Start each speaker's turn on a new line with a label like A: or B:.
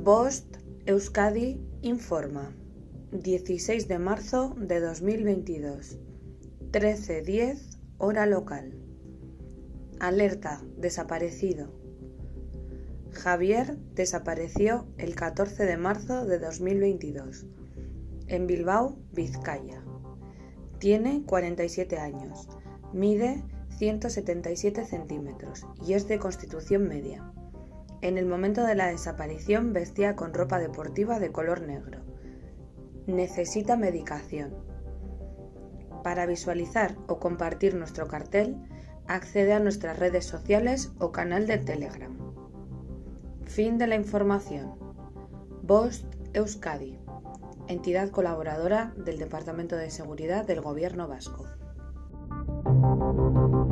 A: Bost Euskadi informa. 16 de marzo de 2022, 13:10 hora local. Alerta, desaparecido. Javier desapareció el 14 de marzo de 2022 en Bilbao, Vizcaya. Tiene 47 años, mide 177 centímetros y es de constitución media. En el momento de la desaparición vestía con ropa deportiva de color negro. Necesita medicación. Para visualizar o compartir nuestro cartel, accede a nuestras redes sociales o canal de Telegram. Fin de la información. Bost Euskadi, entidad colaboradora del Departamento de Seguridad del Gobierno Vasco.